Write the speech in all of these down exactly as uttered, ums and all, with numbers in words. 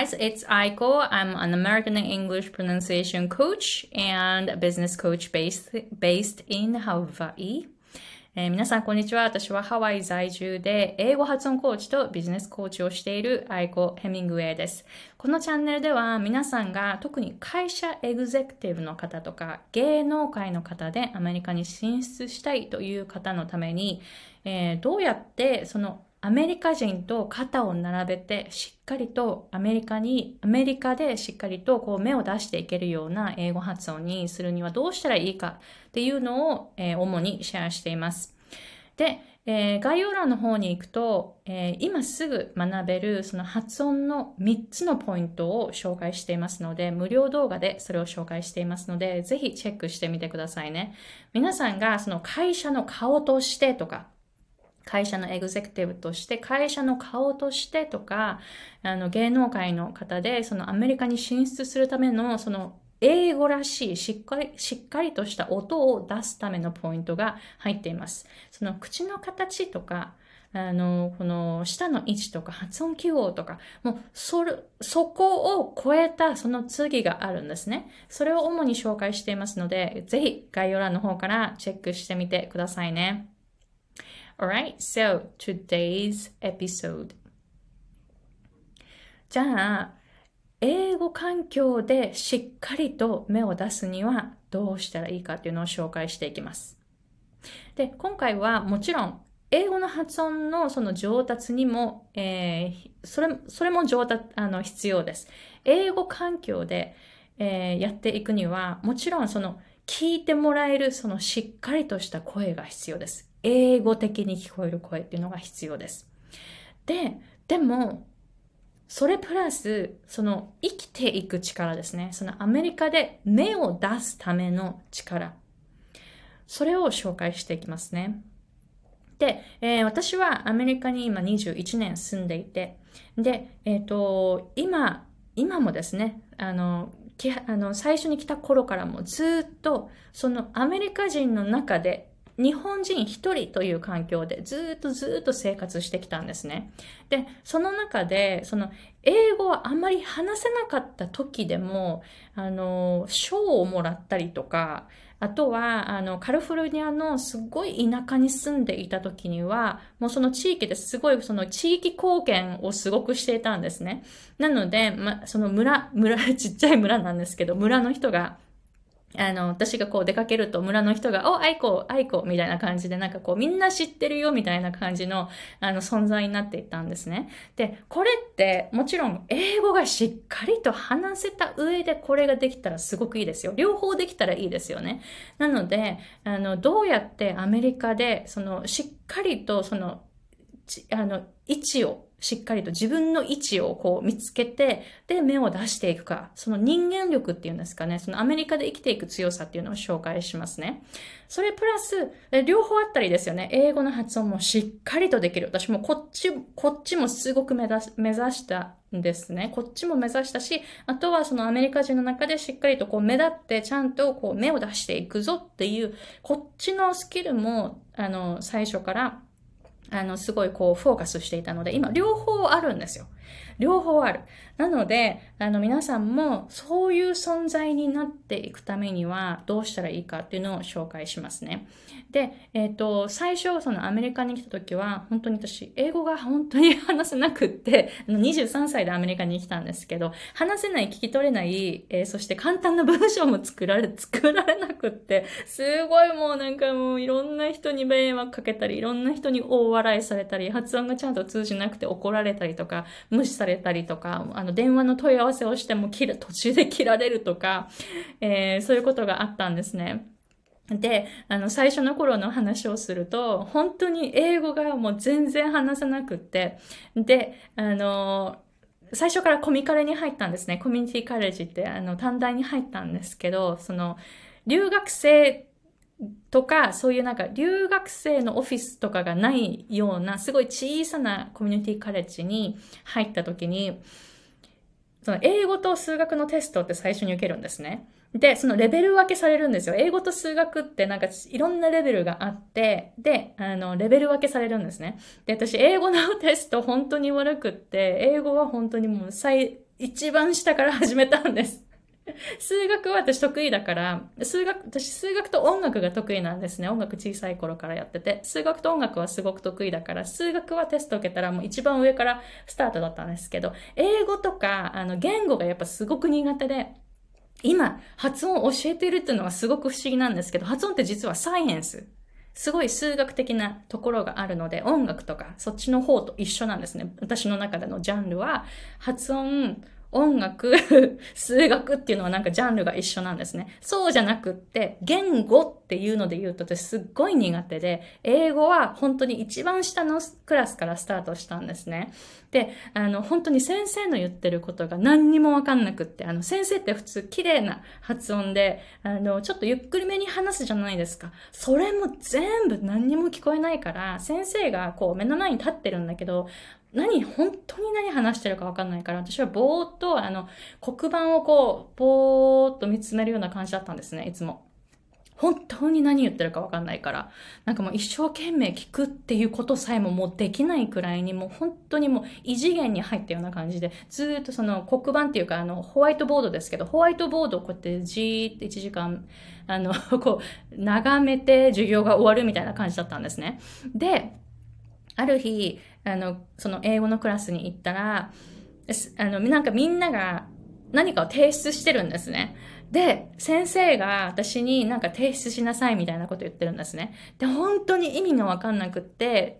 guys, it's Aiko. I'm an American English pronunciation coach and business coach based, based in Hawaii. えー、皆さんこんにちは。私はハワイ在住で英語発音コーチとビジネスコーチをしているアイコ・ヘミングウェイです。このチャンネルでは皆さんが特に会社エグゼクティブの方とか芸能界の方でアメリカに進出したいという方のために、えー、どうやってそのアメリカ人と肩を並べてしっかりとアメリカに、アメリカでしっかりとこう目を出していけるような英語発音にするにはどうしたらいいかっていうのを、えー、主にシェアしています。で、えー、概要欄の方に行くと、えー、今すぐ学べるその発音のみっつのポイントを紹介していますので、無料動画でそれを紹介していますので、ぜひチェックしてみてくださいね。皆さんがその会社の顔としてとか、会社のエグゼクティブとして、会社の顔としてとか、あの芸能界の方で、そのアメリカに進出するための、その英語らしい、しっかり、しっかりとした音を出すためのポイントが入っています。その口の形とか、あの、この舌の位置とか発音記号とか、もうそれ、そこを超えたその次があるんですね。それを主に紹介していますので、ぜひ概要欄の方からチェックしてみてくださいね。Alright, so today's episode. じゃあ、英語環境でしっかりと目を出すにはどうしたらいいかっていうのを紹介していきます。で、今回はもちろん英語の発音のその上達にも、えー、それ、それも上達、あの、必要です。英語環境で、えー、やっていくには、もちろんその聞いてもらえるそのしっかりとした声が必要です。英語的に聞こえる声っていうのが必要です。で、でも、それプラス、その生きていく力ですね。そのアメリカで芽を出すための力。それを紹介していきますね。で、えー、私はアメリカに今にじゅういちねん住んでいて、で、えっと、今、今もですね、あの、きあの最初に来た頃からもずっと、そのアメリカ人の中で、日本人一人という環境でずっとずっと生活してきたんですね。で、その中で、その英語はあまり話せなかった時でも、あの、賞をもらったりとか、あとは、あの、カリフォルニアのすごい田舎に住んでいた時には、もうその地域ですごいその地域貢献をすごくしていたんですね。なので、ま、その村、村、ちっちゃい村なんですけど、村の人が、あの、私がこう出かけると村の人が、お、アイコ、アイコ、みたいな感じで、なんかこうみんな知ってるよ、みたいな感じの、あの、存在になっていったんですね。で、これってもちろん英語がしっかりと話せた上でこれができたらすごくいいですよ。両方できたらいいですよね。なので、あの、どうやってアメリカで、その、しっかりと、その、あの、位置を、しっかりと自分の位置をこう見つけて、で、目を出していくか。その人間力っていうんですかね。そのアメリカで生きていく強さっていうのを紹介しますね。それプラス、両方あったりですよね。英語の発音もしっかりとできる。私もこっち、こっちもすごく目指し、目指したんですね。こっちも目指したし、あとはそのアメリカ人の中でしっかりとこう目立ってちゃんとこう目を出していくぞっていう、こっちのスキルも、あの、最初から、あの、すごいこう、フォーカスしていたので、今、両方あるんですよ。両方ある。なので、あの、皆さんも、そういう存在になっていくためには、どうしたらいいかっていうのを紹介しますね。で、えっと、最初、そのアメリカに来た時は、本当に私、英語が本当に話せなくって、にじゅうさんさいでアメリカに来たんですけど、話せない、聞き取れない、えー、そして簡単な文章も作られ、作られなくって、すごいもうなんかもういろんな人に迷惑かけたり、いろんな人に大笑いされたり、発音がちゃんと通じなくて怒られたりとか、無視されたりとか、あの、電話の問い合わせをしても切る、途中で切られるとか、えー、そういうことがあったんですね。で、あの、最初の頃の話をすると、本当に英語がもう全然話せなくって、で、あの、最初からコミカレに入ったんですね。コミュニティカレッジって、あの、短大に入ったんですけど、その、留学生とか、そういうなんか留学生のオフィスとかがないような、すごい小さなコミュニティカレッジに入った時に、その英語と数学のテストって最初に受けるんですね。で、そのレベル分けされるんですよ。英語と数学ってなんかいろんなレベルがあって、で、あの、レベル分けされるんですね。で、私、英語のテスト本当に悪くって、英語は本当にもう最、 一番下から始めたんです。数学は私得意だから、数学、私数学と音楽が得意なんですね。音楽小さい頃からやってて、数学と音楽はすごく得意だから、数学はテスト受けたらもう一番上からスタートだったんですけど、英語とか、あの、言語がやっぱすごく苦手で、今、発音を教えているっていうのはすごく不思議なんですけど、発音って実はサイエンス。すごい数学的なところがあるので、音楽とかそっちの方と一緒なんですね。私の中でのジャンルは、発音、音楽、数学っていうのはなんかジャンルが一緒なんですね。そうじゃなくって、言語っていうので言うと私すっごい苦手で、英語は本当に一番下のクラスからスタートしたんですね。で、あの、本当に先生の言ってることが何にもわかんなくって、あの、先生って普通綺麗な発音で、あの、ちょっとゆっくりめに話すじゃないですか。それも全部何にも聞こえないから、先生がこう目の前に立ってるんだけど、何、本当に何話してるかわかんないから、私はぼーっと、あの、黒板をこう、ぼーっと見つめるような感じだったんですね、いつも。本当に何言ってるかわかんないから。なんかもう一生懸命聞くっていうことさえももうできないくらいに、もう本当にもう異次元に入ったような感じで、ずーっとその黒板っていうか、あの、ホワイトボードですけど、ホワイトボードをこうやってじーっていちじかん、あの、こう、眺めて授業が終わるみたいな感じだったんですね。で、ある日、あの、その英語のクラスに行ったら、あの、なんかみんなが何かを提出してるんですね。で、先生が私になんか提出しなさいみたいなこと言ってるんですね。で、本当に意味がわかんなくって、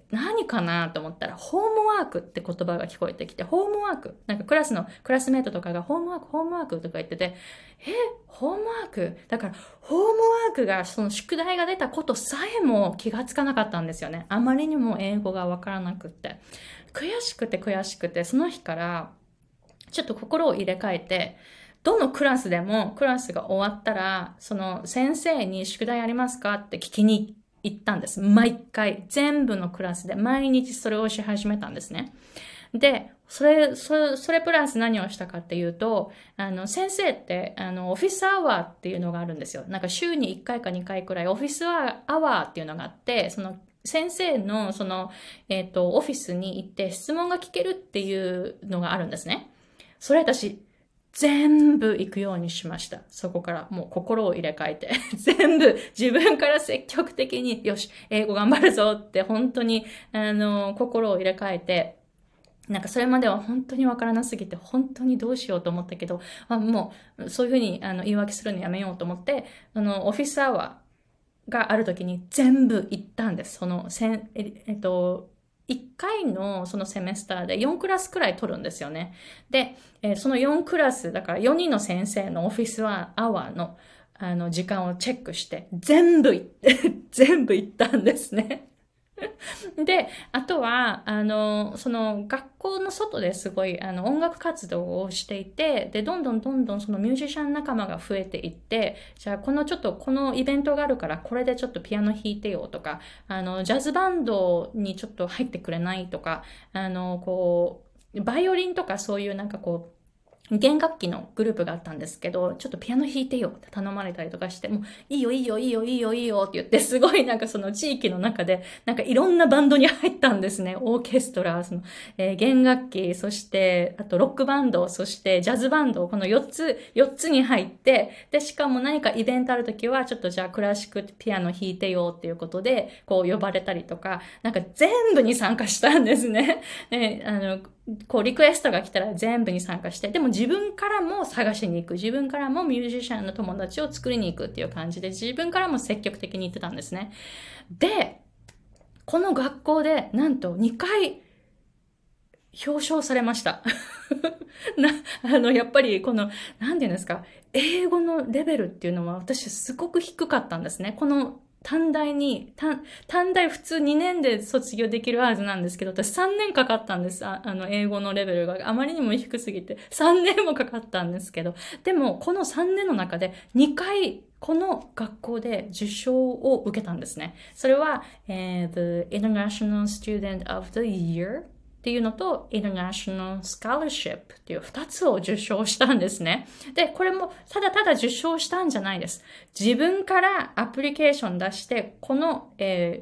何かなと思ったら、ホームワークって言葉が聞こえてきて、ホームワーク。なんかクラスの、クラスメイトとかがホームワーク、ホームワークとか言ってて、え、ホームワークだから、ホームワークが、その宿題が出たことさえも気がつかなかったんですよね。あまりにも英語がわからなくって。悔しくて悔しくて、その日から、ちょっと心を入れ替えて、どのクラスでもクラスが終わったら、その先生に宿題ありますかって聞きに行ったんです。毎回。全部のクラスで毎日それをし始めたんですね。で、それ、それ、それプラス何をしたかっていうと、あの、先生って、あの、オフィスアワーっていうのがあるんですよ。なんか週にいっかいかにかいくらいオフィスアワーっていうのがあって、その、先生の、その、えっと、オフィスに行って質問が聞けるっていうのがあるんですね。それ私、全部行くようにしました。そこからもう心を入れ替えて。全部自分から積極的に、よし、英語頑張るぞって本当に、あの、心を入れ替えて、なんかそれまでは本当にわからなすぎて、本当にどうしようと思ったけど、あもうそういうふうにあの言い訳するのやめようと思って、あの、オフィスアワーがある時に全部行ったんです。その、せんえ、えっと、いっかいのそのセメスターでよんクラスくらい取るんですよね。で、えー、そのよんクラス、だからよにんの先生のオフィスアワーのあの時間をチェックして、全部行って、全部行ったんですね。で、あとは、あの、その学校の外ですごいあの音楽活動をしていて、で、どんどんどんどんそのミュージシャン仲間が増えていって、じゃあこのちょっとこのイベントがあるからこれでちょっとピアノ弾いてよとか、あの、ジャズバンドにちょっと入ってくれないとか、あの、こう、バイオリンとかそういうなんかこう、弦楽器のグループがあったんですけど、ちょっとピアノ弾いてよって頼まれたりとかして、もういいよいいよいいよいいよいいよって言って、すごいなんかその地域の中で、なんかいろんなバンドに入ったんですね。オーケストラ、その、えー、弦楽器、そして、あとロックバンド、そしてジャズバンド、このよっつ、よっつに入って、で、しかも何かイベントあるときは、ちょっとじゃあクラシックピアノ弾いてよっていうことで、こう呼ばれたりとか、なんか全部に参加したんですね。ね、あの、こうリクエストが来たら全部に参加して、でも自分からも探しに行く、自分からもミュージシャンの友達を作りに行くっていう感じで、自分からも積極的に行ってたんですね。で、この学校でなんとにかい表彰されました。な、あの、やっぱりこの、なんていうんですか、英語のレベルっていうのは私すごく低かったんですね。この短大に、短、短大普通にねんで卒業できるはずなんですけど、私さんねんかかったんです。あ、あの、英語のレベルがあまりにも低すぎて、さんねんもかかったんですけど、でも、このさんねんの中でにかい、この学校で受賞を受けたんですね。それは、えー、The International Student of the Yearっていうのと International Scholarship っていう二つを受賞したんですね。で、これもただただ受賞したんじゃないです。自分からアプリケーション出して、この、え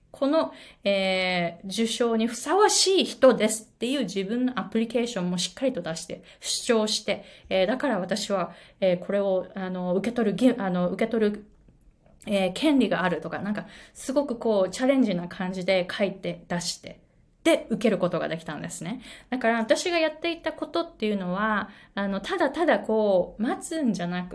この、えー、受賞にふさわしい人ですっていう自分のアプリケーションもしっかりと出して、主張して、えー、だから私は、えー、これを、あの、受け取る義、あの、受け取る、えー、権利があるとか、なんか、すごくこう、チャレンジな感じで書いて出して、で、受けることができたんですね。だから私がやっていたことっていうのは、あの、ただただこう、待つんじゃなくって、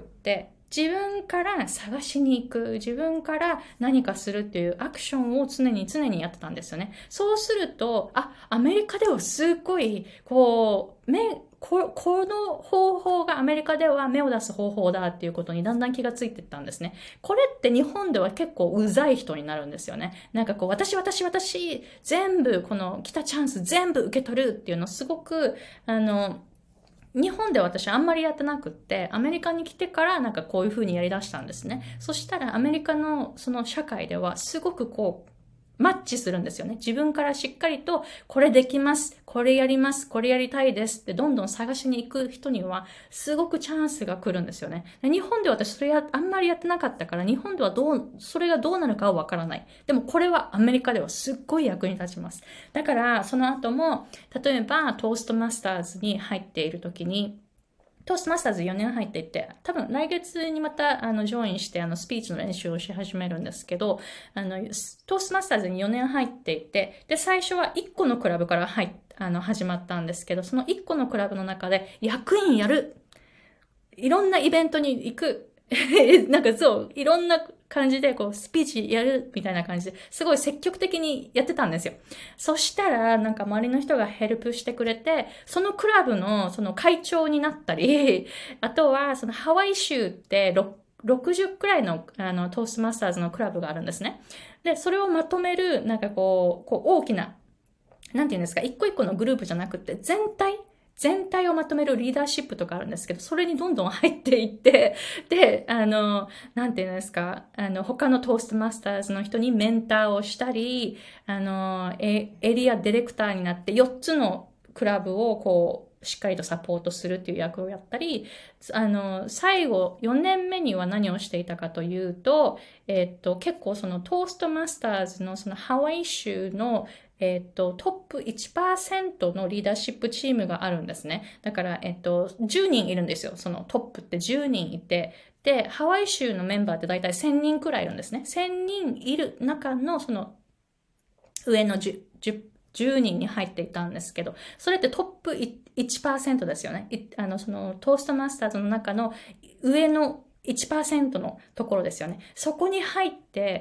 自分から探しに行く、自分から何かするっていうアクションを常に常にやってたんですよね。そうすると、あ、アメリカではすっごい、こう、目、ここの方法がアメリカでは目を出す方法だっていうことにだんだん気がついていったんですね。これって日本では結構うざい人になるんですよね。なんかこう、私、私、私、全部、この来たチャンス全部受け取るっていうのすごく、あの、日本で私あんまりやってなくって、アメリカに来てからなんかこういう風にやり出したんですね。そしたらアメリカのその社会ではすごくこう、マッチするんですよね。自分からしっかりと、これできます、これやります、これやりたいですってどんどん探しに行く人には、すごくチャンスが来るんですよね。日本で私それや、あんまりやってなかったから、日本ではどう、それがどうなるかはわからない。でもこれはアメリカではすっごい役に立ちます。だから、その後も、例えば、トーストマスターズに入っている時に、トーストマスターズよねん入っていて、多分来月にまた、あの、ジョインして、あの、スピーチの練習をし始めるんですけど、あの、トーストマスターズによねん入っていて、で、最初はいっこのクラブから入っあの、始まったんですけど、そのいっこのクラブの中で、役員やる、いろんなイベントに行く、なんかそう、いろんな感じで、こう、スピーチやるみたいな感じで、すごい積極的にやってたんですよ。そしたら、なんか周りの人がヘルプしてくれて、そのクラブの、その会長になったり、あとは、そのハワイ州ってろくじゅうくらいの、あの、トーストマスターズのクラブがあるんですね。で、それをまとめる、なんかこう、こう、大きな、なんていうんですか、一個一個のグループじゃなくて、全体全体をまとめるリーダーシップとかあるんですけど、それにどんどん入っていって、で、あの、なんていうんですか、あの、他のトーストマスターズの人にメンターをしたり、あの、エエリアディレクターになってよっつのクラブをこう、しっかりとサポートするっていう役をやったり、あの、最後、よねんめには何をしていたかというと、えっと、結構そのトーストマスターズのそのハワイ州のえっと、トップいちパーセントのリーダーシップチームがあるんですね。だから、えっと、じゅうにんいるんですよ。そのトップってじゅうにんいて。で、ハワイ州のメンバーってだいたいせんにんくらいいるんですね。せんにんいる中のその上のじゅう、じゅうにんに入っていたんですけど、それってトップ いちパーセント ですよね。あの、そのトーストマスターズの中の上のいちパーセント のところですよね。そこに入って、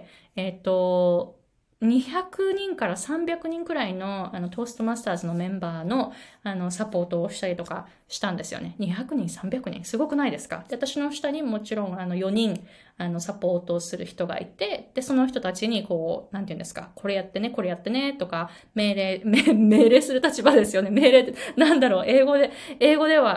えっと、にひゃくにんからさんびゃくにんくらいのあのトーストマスターズのメンバーのあのサポートをしたりとかしたんですよね。にひゃくにん、さんびゃくにん。すごくないですか？で、私の下にもちろんあのよにんあのサポートをする人がいて、で、その人たちにこう、なんていうんですか、これやってね、これやってね、とか、命令、命令する立場ですよね。命令って、なんだろう、英語で、英語では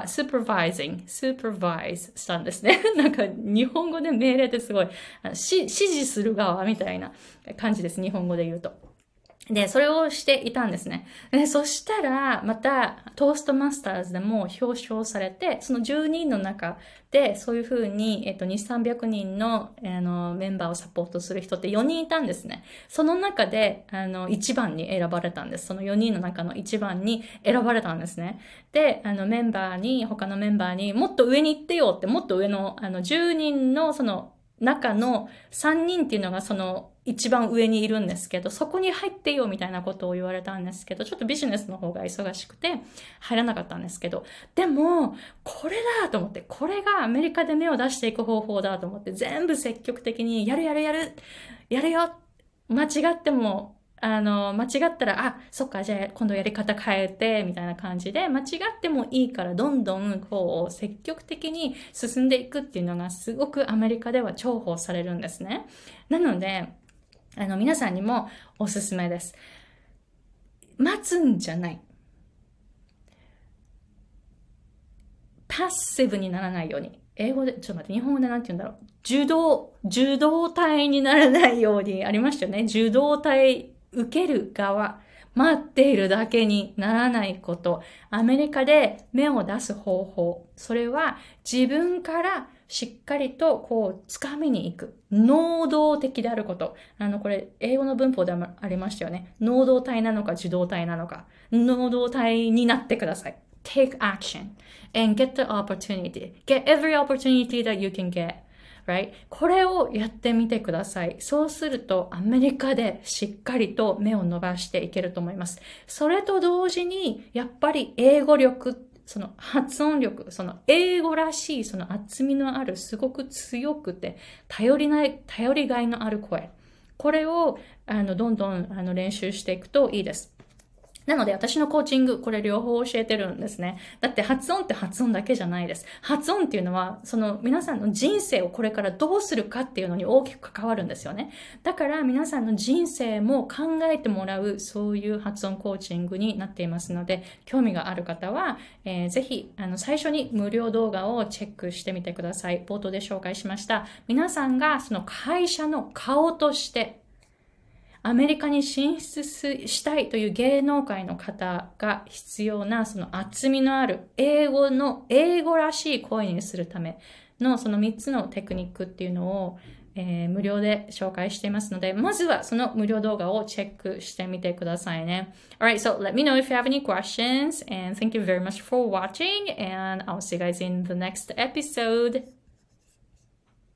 supervising、supervise したんですね。なんか日本語で命令ってすごい、指示する側みたいな感じです、日本語で言うと。で、それをしていたんですね。で、そしたら、また、トーストマスターズでも表彰されて、そのじゅうにんの中で、そういうふうに、えっと、にせんさんびゃくにんの、あの、メンバーをサポートする人ってよにんいたんですね。その中で、あの、いちばんに選ばれたんです。そのよにんの中のいちばんに選ばれたんですね。で、あの、メンバーに、他のメンバーに、もっと上に行ってよって、もっと上の、あの、じゅうにんの、その、中のさんにんっていうのがその一番上にいるんですけど、そこに入ってよみたいなことを言われたんですけど、ちょっとビジネスの方が忙しくて入らなかったんですけど、でも、これだと思って、これがアメリカで芽を出していく方法だと思って、全部積極的にやるやるやる、やるよ、間違っても、あの、間違ったら、あ、そっか、じゃあ今度やり方変えて、みたいな感じで、間違ってもいいから、どんどん、こう、積極的に進んでいくっていうのが、すごくアメリカでは重宝されるんですね。なので、あの、皆さんにもおすすめです。待つんじゃない。パッシブにならないように。英語で、ちょっと待って、日本語でなんて言うんだろう。受動、受動体にならないようにありましたよね。受動体、受ける側。 待っているだけにならないこと。アメリカで芽を出す方法。それは自分からしっかりとこう掴みに行く。能動的であること。あのこれ英語の文法でもありましたよね。能動体なのか受動体なのか。能動体になってください。Take action and get the opportunity. Get every opportunity that you can get.Right? これをやってみてください。そうするとアメリカでしっかりと目を伸ばしていけると思います。それと同時にやっぱり英語力、その発音力、その英語らしいその厚みのあるすごく強くて頼りない、頼りがいのある声。これをあのどんどんあの練習していくといいです。なので私のコーチング、これ両方教えてるんですね。だって発音って発音だけじゃないです。発音っていうのは、その皆さんの人生をこれからどうするかっていうのに大きく関わるんですよね。だから皆さんの人生も考えてもらう、そういう発音コーチングになっていますので、興味がある方は、えー、ぜひ、あの、最初に無料動画をチェックしてみてください。冒頭で紹介しました。皆さんがその会社の顔として、アメリカに進出したいという芸能界の方が必要なその厚みのある英語の英語らしい声にするためのそのみっつのテクニックっていうのを、えー、無料で紹介していますので、まずはその無料動画をチェックしてみてくださいね。Alright, so let me know if you have any questions and thank you very much for watching and I'll see you guys in the next episode.